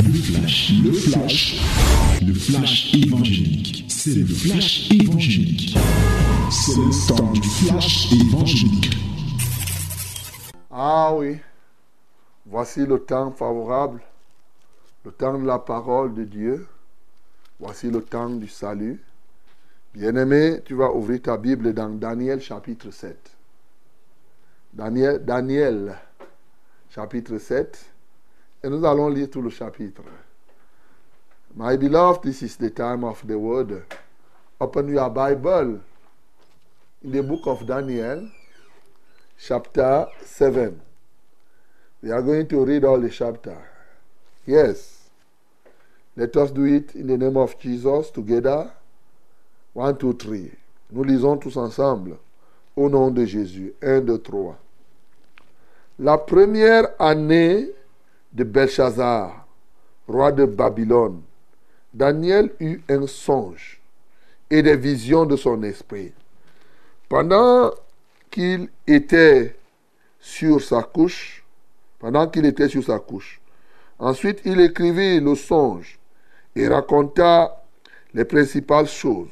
Le flash évangélique. C'est le flash évangélique. C'est le temps du flash évangélique. Ah oui, voici le temps favorable, le temps de la parole de Dieu. Voici le temps du salut. Bien-aimé, tu vas ouvrir ta Bible dans Daniel chapitre 7. Daniel chapitre 7. Et nous allons lire tout le chapitre. My beloved, this is the time of the word. Open your Bible in the book of Daniel, chapter 7. We are going to read all the chapter. Yes. Let us do it in the name of Jesus together. 1, 2, 3. Nous lisons tous ensemble. Au nom de Jésus. 1, 2, 3. La première année de Belshazzar, roi de Babylone, Daniel eut un songe et des visions de son esprit. Pendant qu'il était sur sa couche, ensuite il écrivit le songe et raconta les principales choses.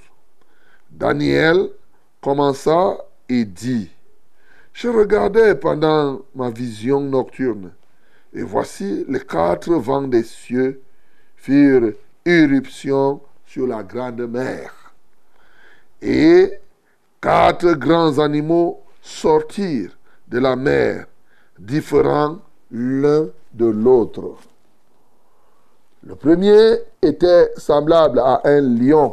Daniel commença et dit: Je regardais pendant ma vision nocturne, et voici les 4 vents des cieux firent irruption sur la grande mer. Et 4 grands animaux sortirent de la mer, différents l'un de l'autre. Le premier était semblable à un lion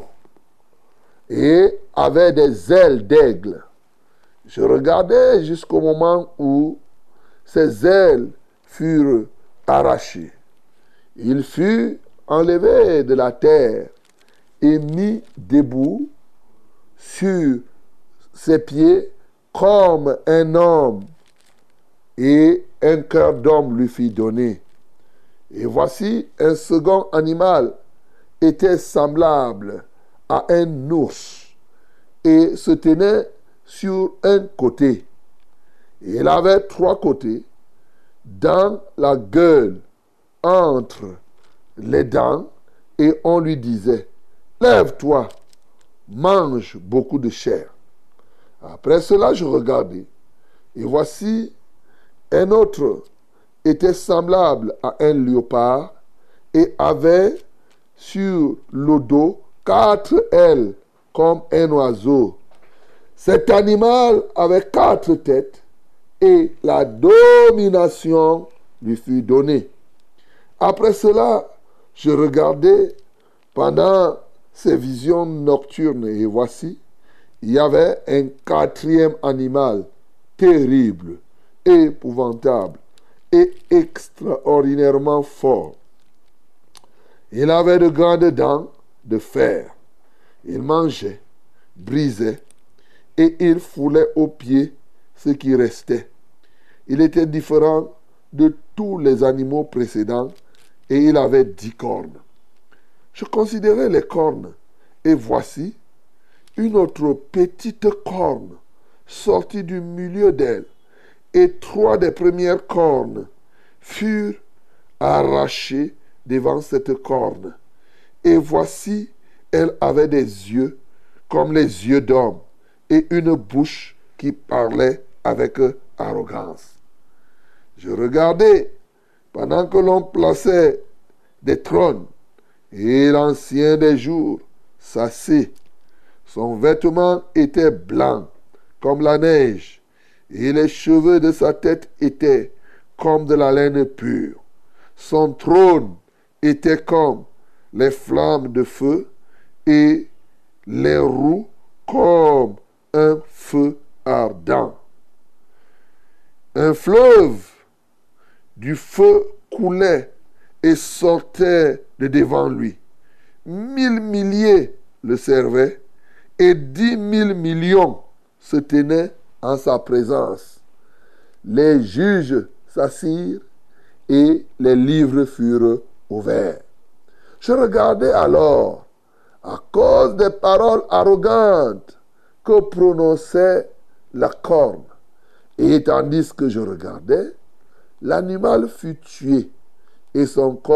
et avait des ailes d'aigle. Je regardais jusqu'au moment où ses ailes furent arrachées. Il fut enlevé de la terre et mis debout sur ses pieds comme un homme, et un cœur d'homme lui fut donné. Et voici un second animal était semblable à un ours et se tenait sur un côté. Et il avait 3 côtés dans la gueule, entre les dents, et on lui disait: Lève-toi, mange beaucoup de chair. Après cela, je regardai, et voici un autre était semblable à un léopard et avait sur le dos 4 ailes comme un oiseau. Cet animal avait 4 têtes et la domination lui fut donnée. Après cela, je regardai pendant ces visions nocturnes et voici, il y avait un 4e animal terrible, épouvantable et extraordinairement fort. Il avait de grandes dents de fer. Il mangeait, brisait et il foulait aux pieds ce qui restait. Il était différent de tous les animaux précédents et il avait 10 cornes. Je considérais les cornes et voici une autre petite corne sortie du milieu d'elle, et 3 des premières cornes furent arrachées devant cette corne. Et voici, elle avait des yeux comme les yeux d'homme et une bouche qui parlait avec arrogance. Je regardais pendant que l'on plaçait des trônes, et l'ancien des jours s'assit. Son vêtement était blanc comme la neige, et les cheveux de sa tête étaient comme de la laine pure. Son trône était comme les flammes de feu, et les roues comme un feu ardent. Un fleuve du feu coulait et sortait de devant lui. 1000 milliers le servaient, et 10 000 millions se tenaient en sa présence. Les juges s'assirent et les livres furent ouverts. Je regardais alors, à cause des paroles arrogantes que prononçait la corne. Et tandis que je regardais, l'animal fut tué et son corps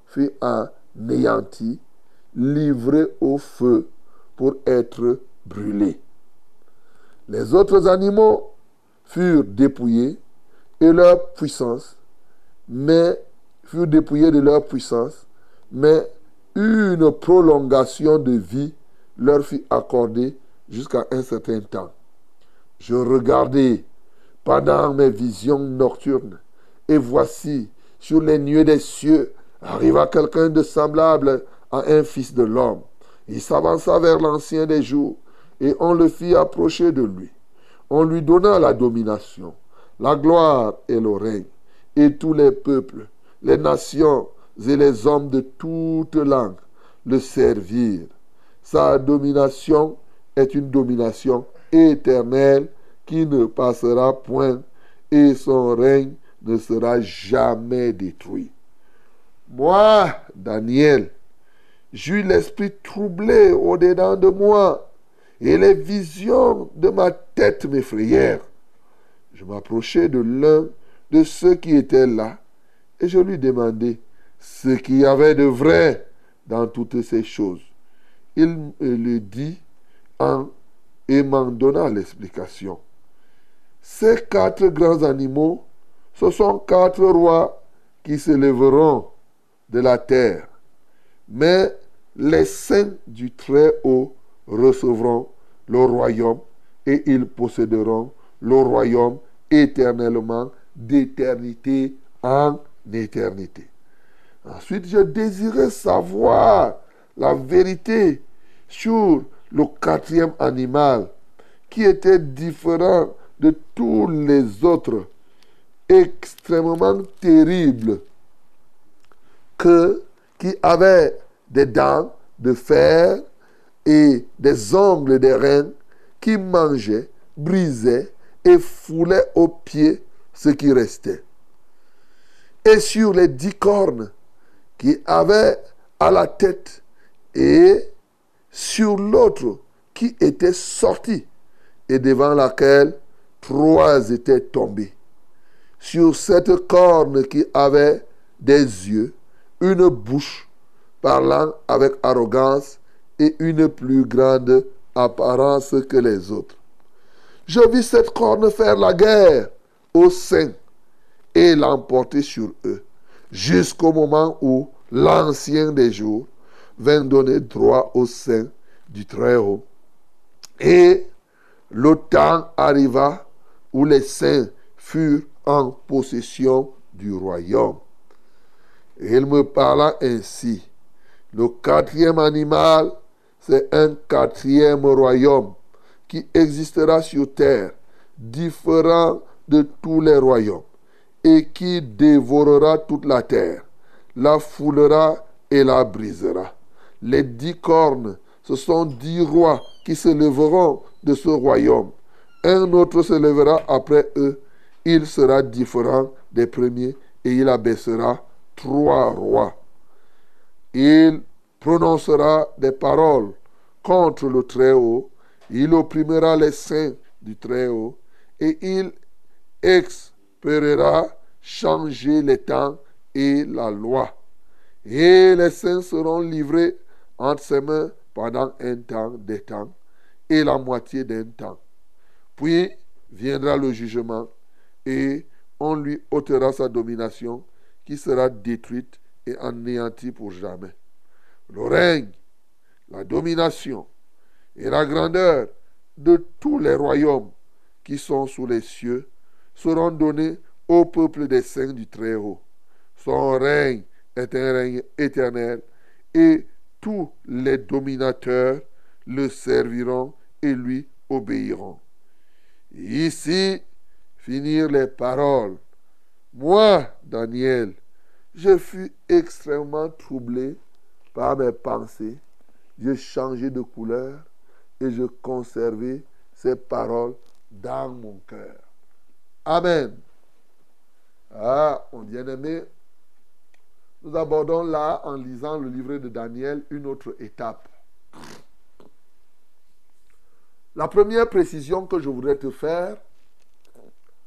fut anéanti, livré au feu pour être brûlé. Les autres animaux furent dépouillés et leur puissance, mais furent dépouillés de leur puissance, mais une prolongation de vie leur fut accordée jusqu'à un certain temps. Je regardais pendant mes visions nocturnes, et voici, sur les nuées des cieux, arriva quelqu'un de semblable à un fils de l'homme. Il s'avança vers l'ancien des jours, et on le fit approcher de lui. On lui donna la domination, la gloire et le règne, et tous les peuples, les nations et les hommes de toute langue le servirent. Sa domination est une domination éternelle qui ne passera point, et son règne ne sera jamais détruit. Moi, Daniel, j'eus l'esprit troublé au-dedans de moi, et les visions de ma tête m'effrayèrent. Je m'approchai de l'un de ceux qui étaient là, et je lui demandai ce qu'il y avait de vrai dans toutes ces choses. Il me le dit et m'en donna l'explication. Ces 4 grands animaux, ce sont 4 rois qui se lèveront de la terre. Mais les saints du Très-Haut recevront le royaume et ils posséderont le royaume éternellement, d'éternité en éternité. Ensuite, je désirais savoir la vérité sur le 4e animal qui était différent de tous les autres, extrêmement terrible, qui avait des dents de fer et des ongles de reine, qui mangeait, brisait et foulait aux pieds ce qui restait. Et sur les 10 cornes qui avaient à la tête, et sur l'autre qui était sorti, et devant laquelle 3 étaient tombés. Sur cette corne qui avait des yeux, une bouche parlant avec arrogance et une plus grande apparence que les autres. Je vis cette corne faire la guerre aux saints et l'emporter sur eux, jusqu'au moment où l'Ancien des jours vint donner droit aux saints du Très-Haut. Et le temps arriva où les saints furent en possession du royaume. Et il me parla ainsi. Le 4e animal, c'est un 4e royaume qui existera sur terre, différent de tous les royaumes, et qui dévorera toute la terre, la foulera et la brisera. Les 10 cornes, ce sont 10 rois qui se lèveront de ce royaume. Un autre se lèvera après eux. Il sera différent des premiers et il abaissera 3 rois. Il prononcera des paroles contre le Très-Haut. Il opprimera les saints du Très-Haut et il espérera changer les temps et la loi. Et les saints seront livrés entre ses mains pendant un temps, des temps, et la moitié d'un temps. Puis viendra le jugement, et on lui ôtera sa domination, qui sera détruite et anéantie pour jamais. Le règne, la domination et la grandeur de tous les royaumes qui sont sous les cieux seront donnés au peuple des saints du Très-Haut. Son règne est un règne éternel, et tous les dominateurs le serviront et lui obéiront. Ici finirent les paroles. Moi, Daniel, je fus extrêmement troublé par mes pensées. Je changeai de couleur et je conservai ces paroles dans mon cœur. Amen. Ah, mon bien-aimé, nous abordons là, en lisant le livret de Daniel, une autre étape. La première précision que je voudrais te faire,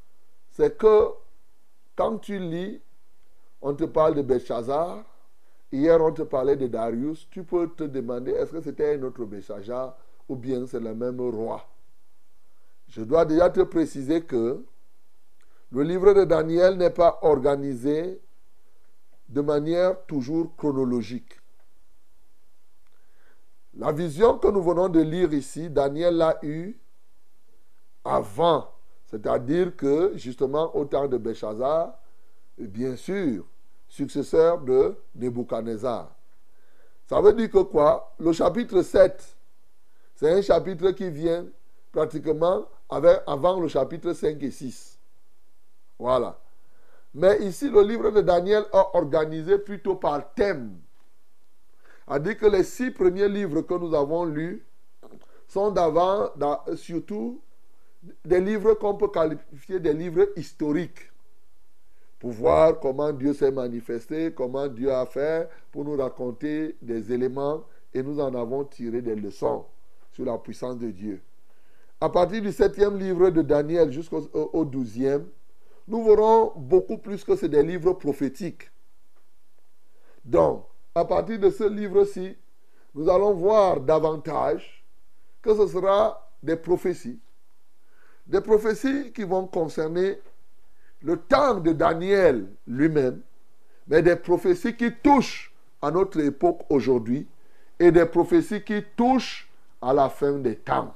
c'est que quand tu lis, on te parle de Belchazzar hier on te parlait de Darius, tu peux te demander est-ce que c'était un autre Béchaja ou bien c'est le même roi. Je dois déjà te préciser que le livre de Daniel n'est pas organisé de manière toujours chronologique. La vision que nous venons de lire ici, Daniel l'a eue avant, c'est-à-dire que justement au temps de Belchazzar, bien sûr, successeur de Nebuchadnezzar. Ça veut dire que quoi? Le chapitre 7, c'est un chapitre qui vient pratiquement avant le chapitre 5 et 6. Voilà. Mais ici, le livre de Daniel est organisé plutôt par thème. C'est-à-dire que les 6 premiers livres que nous avons lus sont surtout des livres qu'on peut qualifier des livres historiques. Pour voir comment Dieu s'est manifesté, comment Dieu a fait, pour nous raconter des éléments et nous en avons tiré des leçons sur la puissance de Dieu. À partir du 7e livre de Daniel jusqu'au 12e, nous verrons beaucoup plus que c'est des livres prophétiques. Donc, à partir de ce livre-ci, nous allons voir davantage que ce sera des prophéties. Des prophéties qui vont concerner le temps de Daniel lui-même, mais des prophéties qui touchent à notre époque aujourd'hui et des prophéties qui touchent à la fin des temps.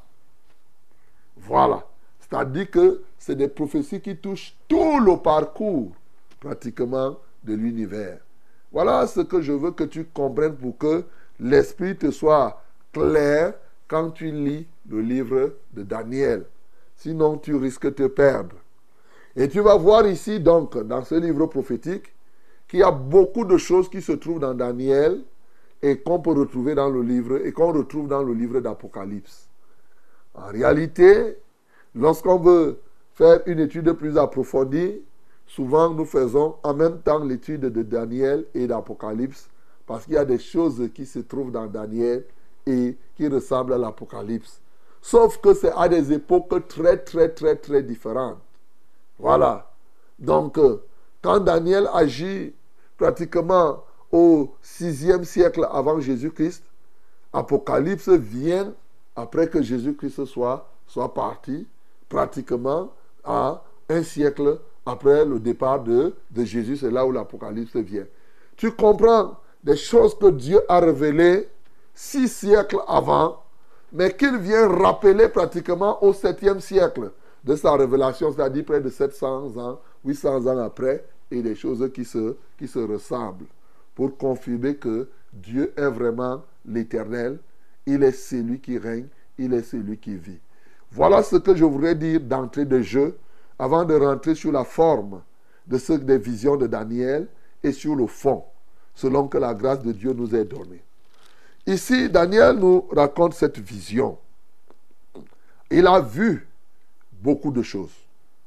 Voilà. C'est-à-dire que c'est des prophéties qui touchent tout le parcours pratiquement de l'univers. Voilà ce que je veux que tu comprennes pour que l'esprit te soit clair quand tu lis le livre de Daniel. Sinon, tu risques de te perdre. Et tu vas voir ici, donc, dans ce livre prophétique, qu'il y a beaucoup de choses qui se trouvent dans Daniel et qu'on peut retrouver dans le livre, et qu'on retrouve dans le livre d'Apocalypse. En réalité, lorsqu'on veut faire une étude plus approfondie, souvent nous faisons en même temps l'étude de Daniel et d'Apocalypse, parce qu'il y a des choses qui se trouvent dans Daniel et qui ressemblent à l'Apocalypse. Sauf que c'est à des époques très, très, très, très différentes. Voilà. Donc, quand Daniel agit pratiquement au 6e siècle avant Jésus-Christ, Apocalypse vient après que Jésus-Christ soit parti, pratiquement à un siècle après le départ de Jésus. C'est là où l'Apocalypse vient. Tu comprends des choses que Dieu a révélées 6 siècles avant, mais qu'il vient rappeler pratiquement au 7e siècle de sa révélation, c'est-à-dire près de 700 ans, 800 ans après, et des choses qui se ressemblent, pour confirmer que Dieu est vraiment l'Éternel, il est celui qui règne, il est celui qui vit. Voilà ce que je voudrais dire d'entrée de jeu, avant de rentrer sur la forme des visions de Daniel et sur le fond, selon que la grâce de Dieu nous est donnée. Ici, Daniel nous raconte cette vision. Il a vu beaucoup de choses.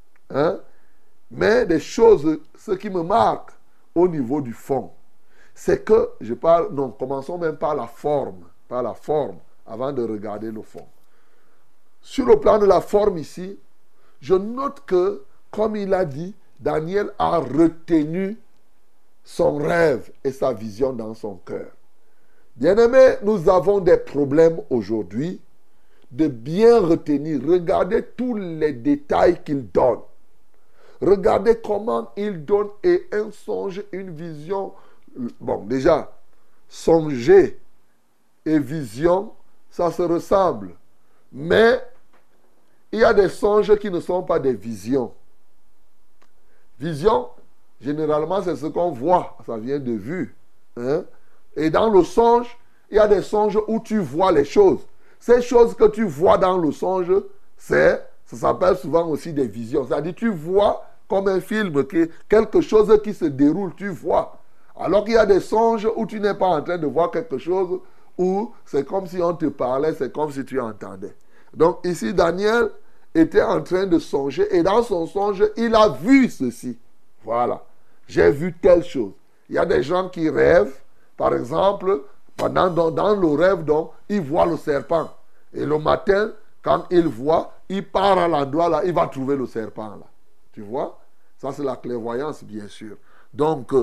Mais des choses, ce qui me marque au niveau du fond, c'est que, commençons même par la forme, avant de regarder le fond. Sur le plan de la forme ici, je note que, comme il a dit, Daniel a retenu son rêve et sa vision dans son cœur. Bien-aimés, nous avons des problèmes aujourd'hui de bien retenir. Regardez tous les détails qu'il donne. Regardez comment il donne un songe, une vision. Bon, déjà, songer et vision, ça se ressemble. Mais il y a des songes qui ne sont pas des visions. Vision, généralement, c'est ce qu'on voit. Ça vient de vue. Et dans le songe, il y a des songes où tu vois les choses. Ces choses que tu vois dans le songe, ça s'appelle souvent aussi des visions. C'est-à-dire tu vois comme un film, quelque chose qui se déroule, tu vois. Alors qu'il y a des songes où tu n'es pas en train de voir quelque chose, où c'est comme si on te parlait, c'est comme si tu entendais. Donc ici, Daniel était en train de songer, et dans son songe, il a vu ceci. Voilà. J'ai vu telle chose. Il y a des gens qui rêvent, par exemple, dans le rêve, donc, il voit le serpent. Et le matin, quand il voit, il part à l'endroit là, il va trouver le serpent là. Tu vois? Ça, c'est la clairvoyance, bien sûr. Donc,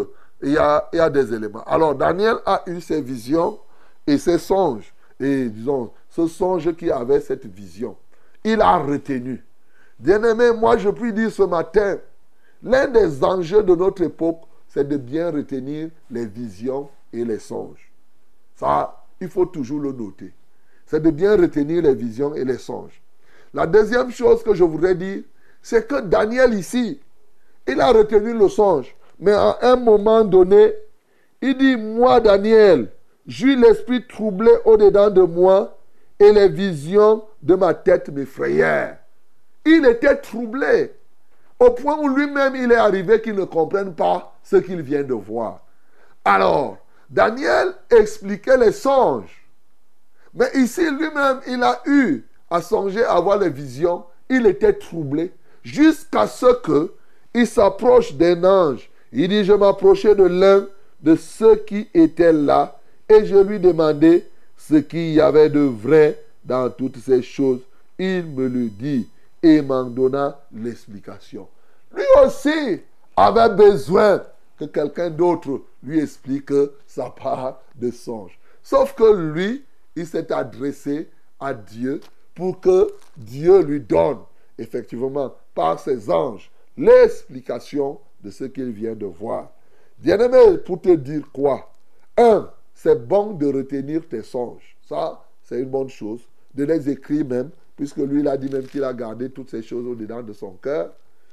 il y a des éléments. Alors, Daniel a eu ses visions et ses songes. Et disons, ce songe qui avait cette vision, il a retenu. Bien-aimé, moi je puis dire ce matin, l'un des enjeux de notre époque, c'est de bien retenir les visions et les songes. Ça, il faut toujours le noter. C'est de bien retenir les visions et les songes. La deuxième chose que je voudrais dire, c'est que Daniel ici, il a retenu le songe. Mais à un moment donné, il dit, moi Daniel, j'eus l'esprit troublé au-dedans de moi et les visions de ma tête m'effrayèrent. Il était troublé au point où lui-même il est arrivé qu'il ne comprenne pas ce qu'il vient de voir. Alors, Daniel expliquait les songes. Mais ici, lui-même, il a eu à songer à voir les visions. Il était troublé jusqu'à ce qu'il s'approche d'un ange. Il dit, je m'approchai de l'un de ceux qui étaient là et je lui demandai ce qu'il y avait de vrai dans toutes ces choses. Il me le dit et m'en donna l'explication. Lui aussi avait besoin que quelqu'un d'autre lui explique sa part de songe. Sauf que lui, il s'est adressé à Dieu pour que Dieu lui donne, effectivement, par ses anges, l'explication de ce qu'il vient de voir. Bien-aimé, pour te dire quoi? C'est bon de retenir tes songes. Ça, c'est une bonne chose. De les écrire même, puisque lui, il a dit même qu'il a gardé toutes ces choses au-dedans de son cœur.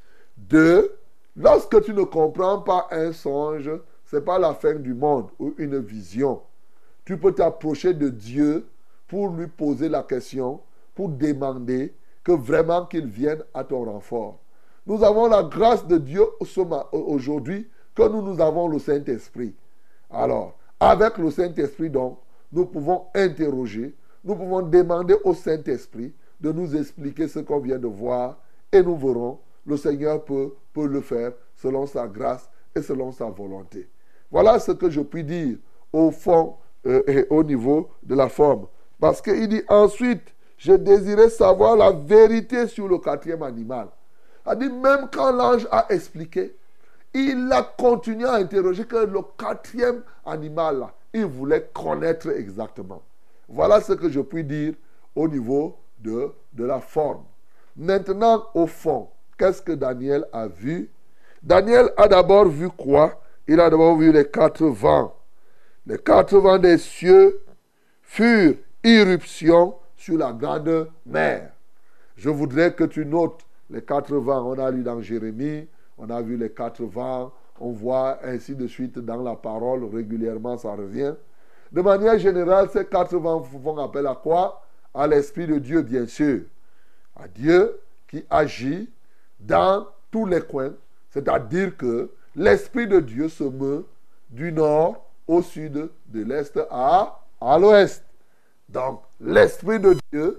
2, lorsque tu ne comprends pas un songe, ce n'est pas la fin du monde ou une vision. Tu peux t'approcher de Dieu pour lui poser la question, pour demander que vraiment qu'il vienne à ton renfort. Nous avons la grâce de Dieu aujourd'hui que nous avons le Saint-Esprit. Alors, avec le Saint-Esprit donc, nous pouvons interroger, nous pouvons demander au Saint-Esprit de nous expliquer ce qu'on vient de voir et nous verrons, le Seigneur peut le faire selon sa grâce et selon sa volonté. Voilà ce que je puis dire au fond et au niveau de la forme. Parce qu'il dit ensuite, je désirais savoir la vérité sur le 4e animal. Il dit même quand l'ange a expliqué, il a continué à interroger que le 4e animal, là, il voulait connaître exactement. Voilà ce que je puis dire au niveau de la forme. Maintenant, au fond, qu'est-ce que Daniel a vu? Daniel a d'abord vu quoi? Il a d'abord vu les 4 vents. Les 4 vents des cieux furent irruption sur la grande mer. Je voudrais que tu notes les 4 vents. On a lu dans Jérémie, on a vu les 4 vents, on voit ainsi de suite dans la parole, régulièrement ça revient. De manière générale, ces 4 vents font appel à quoi? À l'Esprit de Dieu, bien sûr. À Dieu qui agit dans tous les coins. C'est-à-dire que l'Esprit de Dieu se meut du nord au sud, de l'est à l'ouest. Donc, l'Esprit de Dieu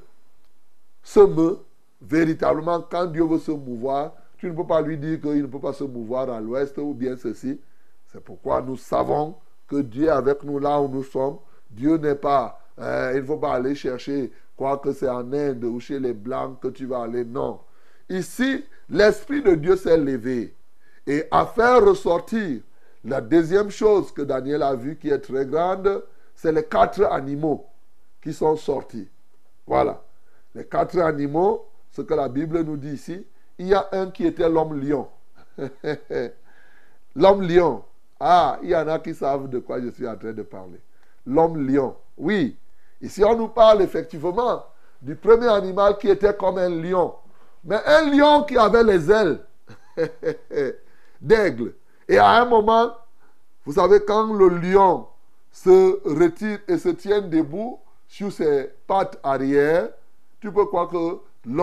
se meut véritablement quand Dieu veut se mouvoir. Tu ne peux pas lui dire qu'il ne peut pas se mouvoir à l'ouest ou bien ceci. C'est pourquoi nous savons que Dieu est avec nous là où nous sommes. Dieu n'est pas... il ne faut pas aller chercher quoi que c'est en Inde ou chez les Blancs que tu vas aller. Non. Ici, l'Esprit de Dieu s'est levé et a fait ressortir la deuxième chose que Daniel a vue qui est très grande, c'est les 4 animaux qui sont sortis. Voilà. Les 4 animaux, ce que la Bible nous dit ici, il y a un qui était l'homme lion. L'homme lion. Ah, il y en a qui savent de quoi je suis en train de parler. L'homme lion. Oui. Ici, on nous parle effectivement du premier animal qui était comme un lion. Mais un lion qui avait les ailes d'aigle. Et à un moment, vous savez, quand le lion se retire et se tient debout sur ses pattes arrière, tu peux croire que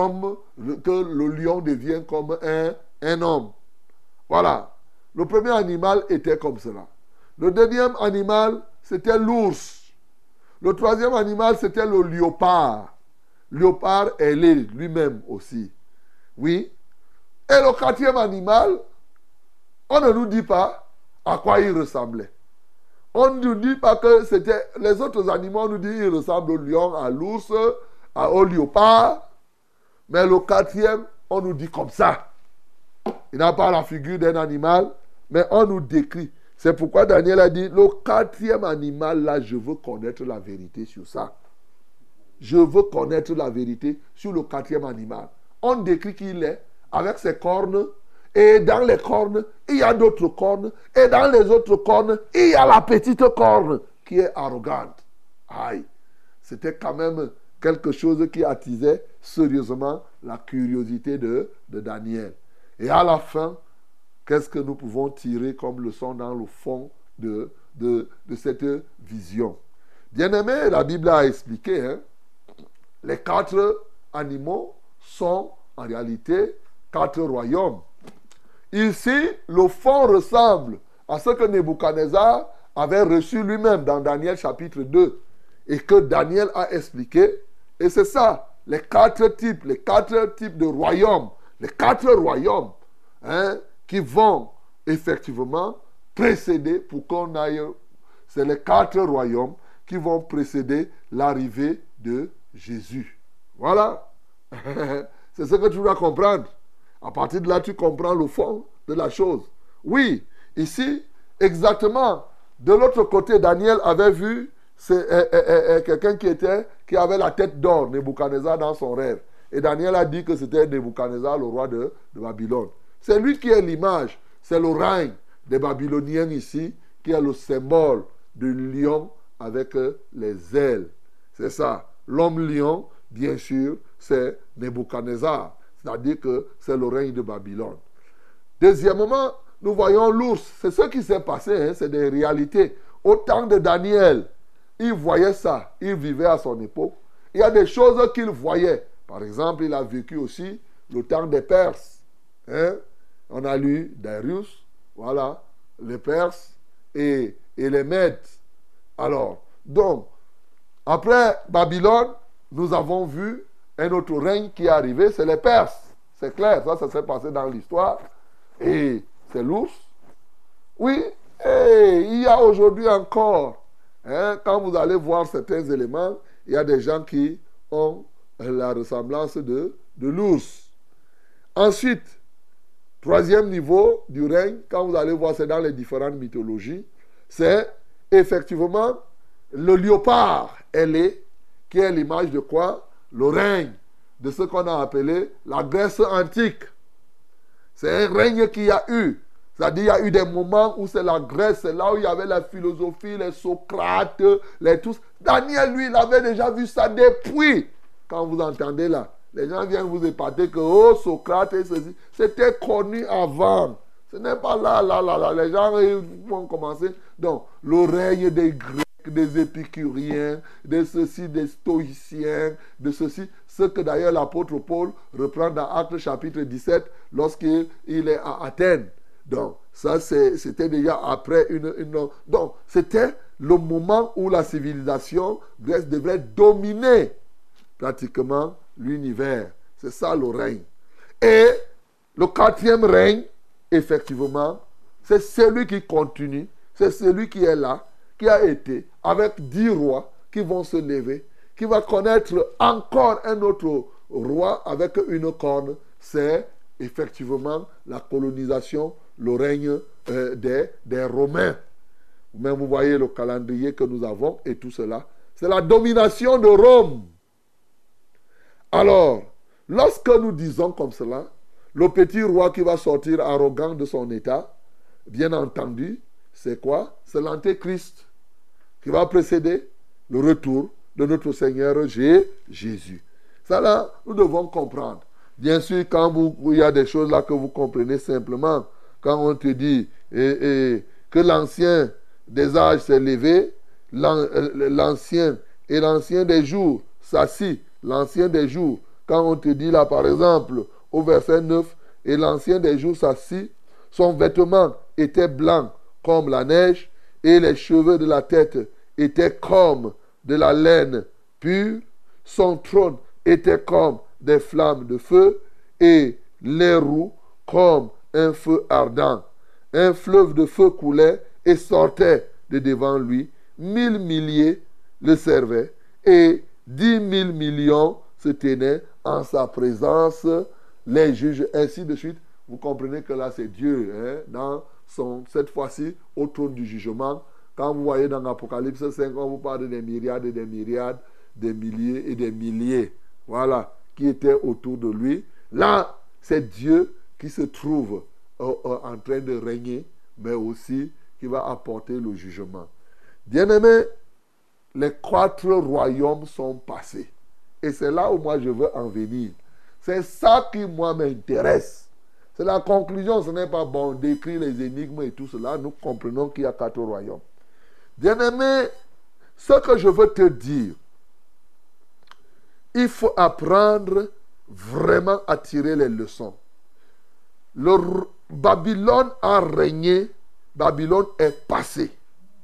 le lion devient comme un homme. Voilà. Le premier animal était comme cela. Le deuxième animal, c'était l'ours. Le troisième animal, c'était le léopard. Léopard ailé lui-même aussi. Oui. Et le 4e animal, on ne nous dit pas à quoi il ressemblait. On ne nous dit pas que c'était... Les autres animaux, on nous dit qu'il ressemble au lion, à l'ours, au léopard. Mais le 4e, on nous dit comme ça. Il n'a pas la figure d'un animal, mais on nous décrit. C'est pourquoi Daniel a dit, le quatrième animal, là, je veux connaître la vérité sur ça. Je veux connaître la vérité sur le quatrième animal. On décrit qu'il est avec ses cornes, et dans les cornes, il y a d'autres cornes, et dans les autres cornes, il y a la petite corne qui est arrogante. Aïe, c'était quand même quelque chose qui attisait sérieusement la curiosité de Daniel. Et à la fin, qu'est-ce que nous pouvons tirer comme leçon dans le fond de cette vision? Bien-aimé, la Bible a expliqué, les 4 animaux sont en réalité 4 royaumes. Ici, le fond ressemble à ce que Nebuchadnezzar avait reçu lui-même dans Daniel chapitre 2 et que Daniel a expliqué. Et c'est ça, les 4 types de royaumes, les 4 royaumes qui vont effectivement précéder pour qu'on aille. C'est les 4 royaumes qui vont précéder l'arrivée de Jésus. Voilà. C'est ce que tu dois comprendre. À partir de là, tu comprends le fond de la chose. Oui, ici, exactement, de l'autre côté, Daniel avait vu quelqu'un qui avait la tête d'or, Nebuchadnezzar, dans son rêve. Et Daniel a dit que c'était Nebuchadnezzar, le roi de Babylone. C'est lui qui est l'image, c'est le règne des Babyloniens ici, qui est le symbole du lion avec les ailes. C'est ça. L'homme lion, bien sûr, c'est Nebuchadnezzar. C'est-à-dire que c'est le règne de Babylone. Deuxièmement, nous voyons l'ours. C'est ce qui s'est passé, c'est des réalités. Au temps de Daniel, il voyait ça. Il vivait à son époque. Il y a des choses qu'il voyait. Par exemple, il a vécu aussi le temps des Perses. On a lu Darius, voilà, les Perses et les Mèdes. Alors, donc, après Babylone, nous avons vu un autre règne qui est arrivé, c'est les Perses. C'est clair, ça s'est passé dans l'histoire. Et c'est l'ours. Oui, et il y a aujourd'hui encore, quand vous allez voir certains éléments, il y a des gens qui ont la ressemblance de l'ours. Ensuite, troisième niveau du règne, quand vous allez voir, c'est dans les différentes mythologies, c'est effectivement le léopard ailé, qui est l'image de quoi? Le règne de ce qu'on a appelé la Grèce antique. C'est un règne qu'il y a eu. C'est-à-dire, il y a eu des moments où c'est la Grèce, c'est là où il y avait la philosophie, les Socrates, les tous. Daniel, lui, il avait déjà vu ça depuis. Quand vous entendez là, les gens viennent vous épater que, oh, Socrate et ceci, c'était connu avant. Ce n'est pas là. Les gens vont commencer. Donc, le règne des Grecs, des épicuriens, de ceci, des stoïciens, de ceci. Ce que d'ailleurs l'apôtre Paul reprend dans Actes chapitre 17 lorsqu'il est à Athènes. Donc, ça, c'était déjà après une... Donc, c'était le moment où la civilisation grecque devrait dominer pratiquement l'univers. C'est ça le règne. Et le quatrième règne, effectivement, c'est celui qui continue, c'est celui qui est là, qui a été, avec 10 rois qui vont se lever, qui va connaître encore un autre roi avec une corne. C'est effectivement la colonisation, le règne des Romains. Même vous voyez le calendrier que nous avons et tout cela. C'est la domination de Rome. Alors, lorsque nous disons comme cela, le petit roi qui va sortir arrogant de son état, bien entendu, c'est quoi? C'est l'antéchrist qui va précéder le retour de notre Seigneur Jésus. Ça là, nous devons comprendre. Bien sûr, quand il y a des choses là que vous comprenez simplement, quand on te dit que l'ancien des âges s'est levé, l'ancien des jours s'assit, l'ancien des jours, quand on te dit là par exemple au verset 9, et l'ancien des jours s'assit, son vêtement était blanc comme la neige, et les cheveux de la tête étaient comme de la laine pure, son trône était comme des flammes de feu, et les roues comme un feu ardent. Un fleuve de feu coulait et sortait de devant lui. 1000 milliers le servaient, et 10 000 millions se tenaient en sa présence, les juges, ainsi de suite. Vous comprenez que là, c'est Dieu, dans sont cette fois-ci au trône du jugement. Quand vous voyez dans Apocalypse 5, on vous parle des myriades et des myriades, des milliers et des milliers. Voilà, qui étaient autour de lui. Là, c'est Dieu qui se trouve en train de régner, mais aussi qui va apporter le jugement. Bien-aimés, les 4 royaumes sont passés. Et c'est là où moi je veux en venir. C'est ça qui, moi, m'intéresse. C'est la conclusion. Ce n'est pas bon d'écrire les énigmes et tout cela. Nous comprenons qu'il y a 4 royaumes. Bien-aimé, ce que je veux te dire, il faut apprendre vraiment à tirer les leçons. Babylone a régné. Babylone est passé.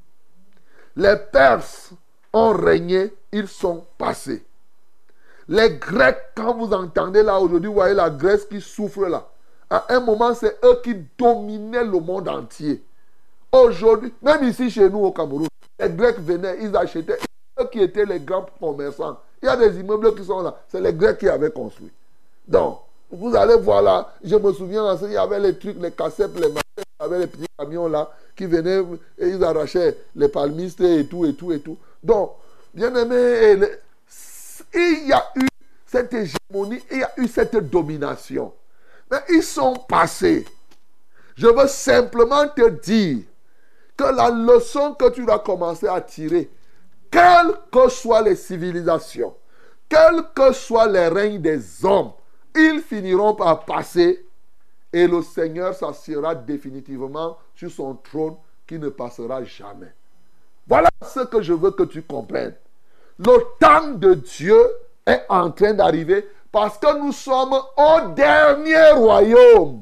Les Perses ont régné. Ils sont passés. Les Grecs, quand vous entendez là aujourd'hui, vous voyez la Grèce qui souffre là. À un moment, c'est eux qui dominaient le monde entier. Aujourd'hui, même ici chez nous au Cameroun, les Grecs venaient, ils achetaient. Eux qui étaient les grands commerçants. Il y a des immeubles qui sont là. C'est les Grecs qui avaient construit. Donc, vous allez voir là, je me souviens, il y avait les trucs, les cassettes, les machins, il y avait les petits camions là qui venaient et ils arrachaient les palmistes et tout, et tout, et tout. Donc, bien aimé, il y a eu cette hégémonie, il y a eu cette domination. Mais ils sont passés. Je veux simplement te dire que la leçon que tu vas commencer à tirer, quelles que soient les civilisations, quels que soient les règnes des hommes, ils finiront par passer et le Seigneur s'assiera définitivement sur son trône qui ne passera jamais. Voilà ce que je veux que tu comprennes. Le temps de Dieu est en train d'arriver parce que nous sommes au dernier royaume.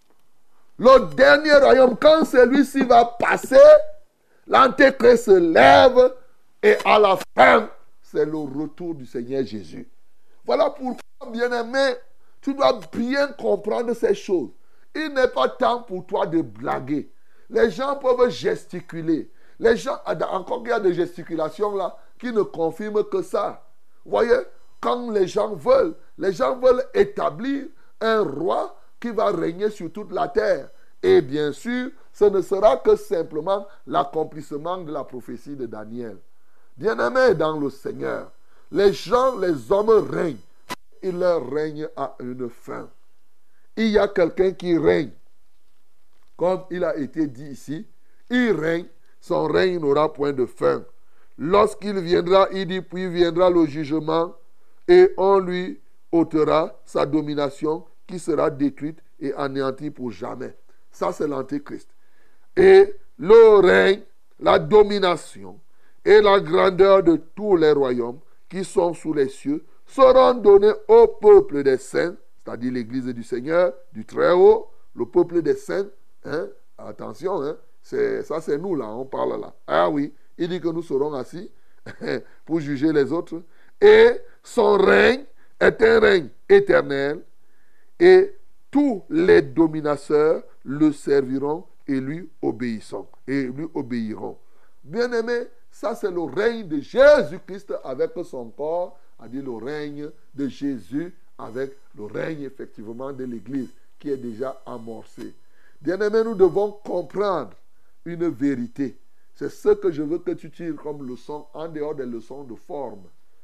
Le dernier royaume, quand celui-ci va passer, l'Antéchrist se lève et à la fin, c'est le retour du Seigneur Jésus. Voilà pourquoi, bien-aimé, tu dois bien comprendre ces choses. Il n'est pas temps pour toi de blaguer. Les gens peuvent gesticuler. Les gens, encore qu'il y a des gesticulations là, qui ne confirment que ça. Vous voyez, quand les gens veulent établir un roi qui va régner sur toute la terre. Et bien sûr, ce ne sera que simplement l'accomplissement de la prophétie de Daniel. Bien-aimés dans le Seigneur, les gens, les hommes règnent. Il leur règne à une fin. Il y a quelqu'un qui règne. Comme il a été dit ici, il règne, son règne n'aura point de fin. Lorsqu'il viendra, il dit, puis viendra le jugement et on lui ôtera sa domination qui sera détruite et anéantie pour jamais. Ça, c'est l'Antéchrist. Et le règne, la domination et la grandeur de tous les royaumes qui sont sous les cieux seront donnés au peuple des saints, c'est-à-dire l'Église du Seigneur, du Très-Haut, le peuple des saints. Hein? Attention, hein? Ça c'est nous là, on parle là. Ah oui, il dit que nous serons assis pour juger les autres. Et son règne est un règne éternel et tous les dominateurs le serviront et lui obéiront. Bien-aimé, ça c'est le règne de Jésus-Christ avec son corps, c'est-à-dire le règne de Jésus avec le règne effectivement de l'Église qui est déjà amorcé. Bien-aimé, nous devons comprendre une vérité. C'est ce que je veux que tu tires comme leçon en dehors des leçons de forme.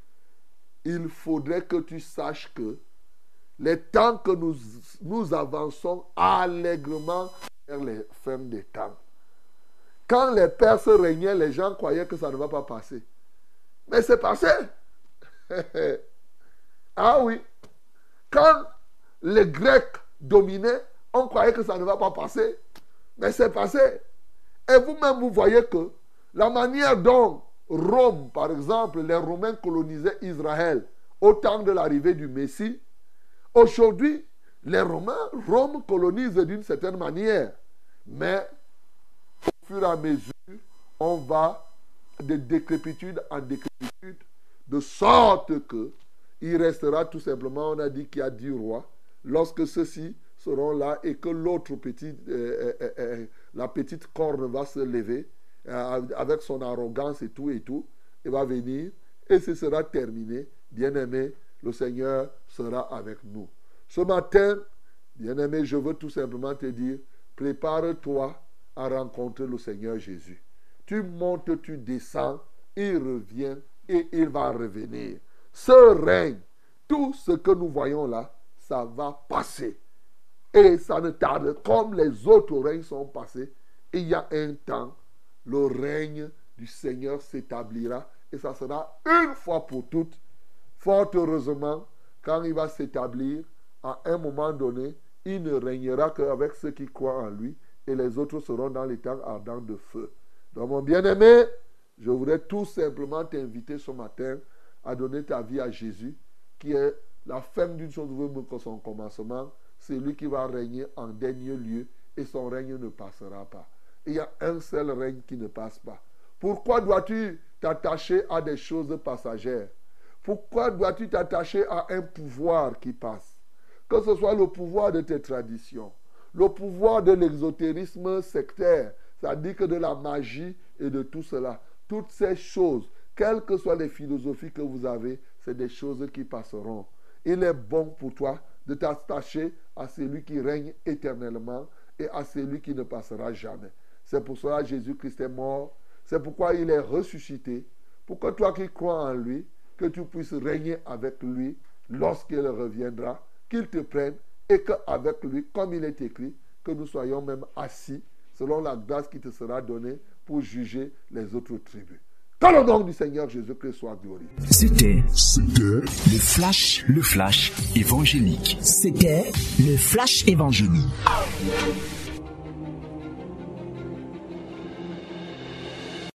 Il faudrait que tu saches que les temps que nous avançons allègrement vers les fins des temps. Quand les Perses régnaient, les gens croyaient que ça ne va pas passer. Mais c'est passé. Ah oui. Quand les Grecs dominaient, on croyait que ça ne va pas passer. Mais c'est passé. Et vous-même, vous voyez que la manière dont Rome, par exemple, les Romains colonisaient Israël au temps de l'arrivée du Messie, aujourd'hui, les Romains, Rome colonise d'une certaine manière. Mais au fur et à mesure, on va de décrépitude en décrépitude, de sorte que il restera tout simplement, on a dit qu'il y a 10 rois, lorsque ceux-ci seront là et que l'autre la petite corne va se lever avec son arrogance et tout, il va venir et ce sera terminé. Bien-aimé, le Seigneur sera avec nous. Ce matin, bien-aimé, je veux tout simplement te dire, prépare-toi à rencontrer le Seigneur Jésus. Tu montes, tu descends, il revient et il va revenir. Ce règne, tout ce que nous voyons là, ça va passer. Et ça ne tarde, comme les autres règnes sont passés, il y a un temps, le règne du Seigneur s'établira et ça sera une fois pour toutes. Fort heureusement, quand il va s'établir, à un moment donné, il ne régnera qu'avec ceux qui croient en lui et les autres seront dans les temps ardents de feu. Donc mon bien-aimé, je voudrais tout simplement t'inviter ce matin à donner ta vie à Jésus, qui est la fin d'une chose que son commencement, c'est lui qui va régner en dernier lieu et son règne ne passera pas. Il y a un seul règne qui ne passe pas. Pourquoi dois-tu t'attacher à des choses passagères? Pourquoi dois-tu t'attacher à un pouvoir qui passe? Que ce soit le pouvoir de tes traditions, le pouvoir de l'exotérisme sectaire, c'est-à-dire que de la magie et de tout cela. Toutes ces choses, quelles que soient les philosophies que vous avez, c'est des choses qui passeront. Il est bon pour toi de t'attacher à celui qui règne éternellement et à celui qui ne passera jamais. C'est pour cela que Jésus-Christ est mort. C'est pourquoi il est ressuscité. Pour que toi qui crois en lui, que tu puisses régner avec lui lorsqu'il reviendra, qu'il te prenne et qu'avec lui, comme il est écrit, que nous soyons même assis selon la grâce qui te sera donnée pour juger les autres tribus. Que le nom du Seigneur Jésus-Christ soit glorifié. C'était le flash évangélique. C'était le flash évangélique.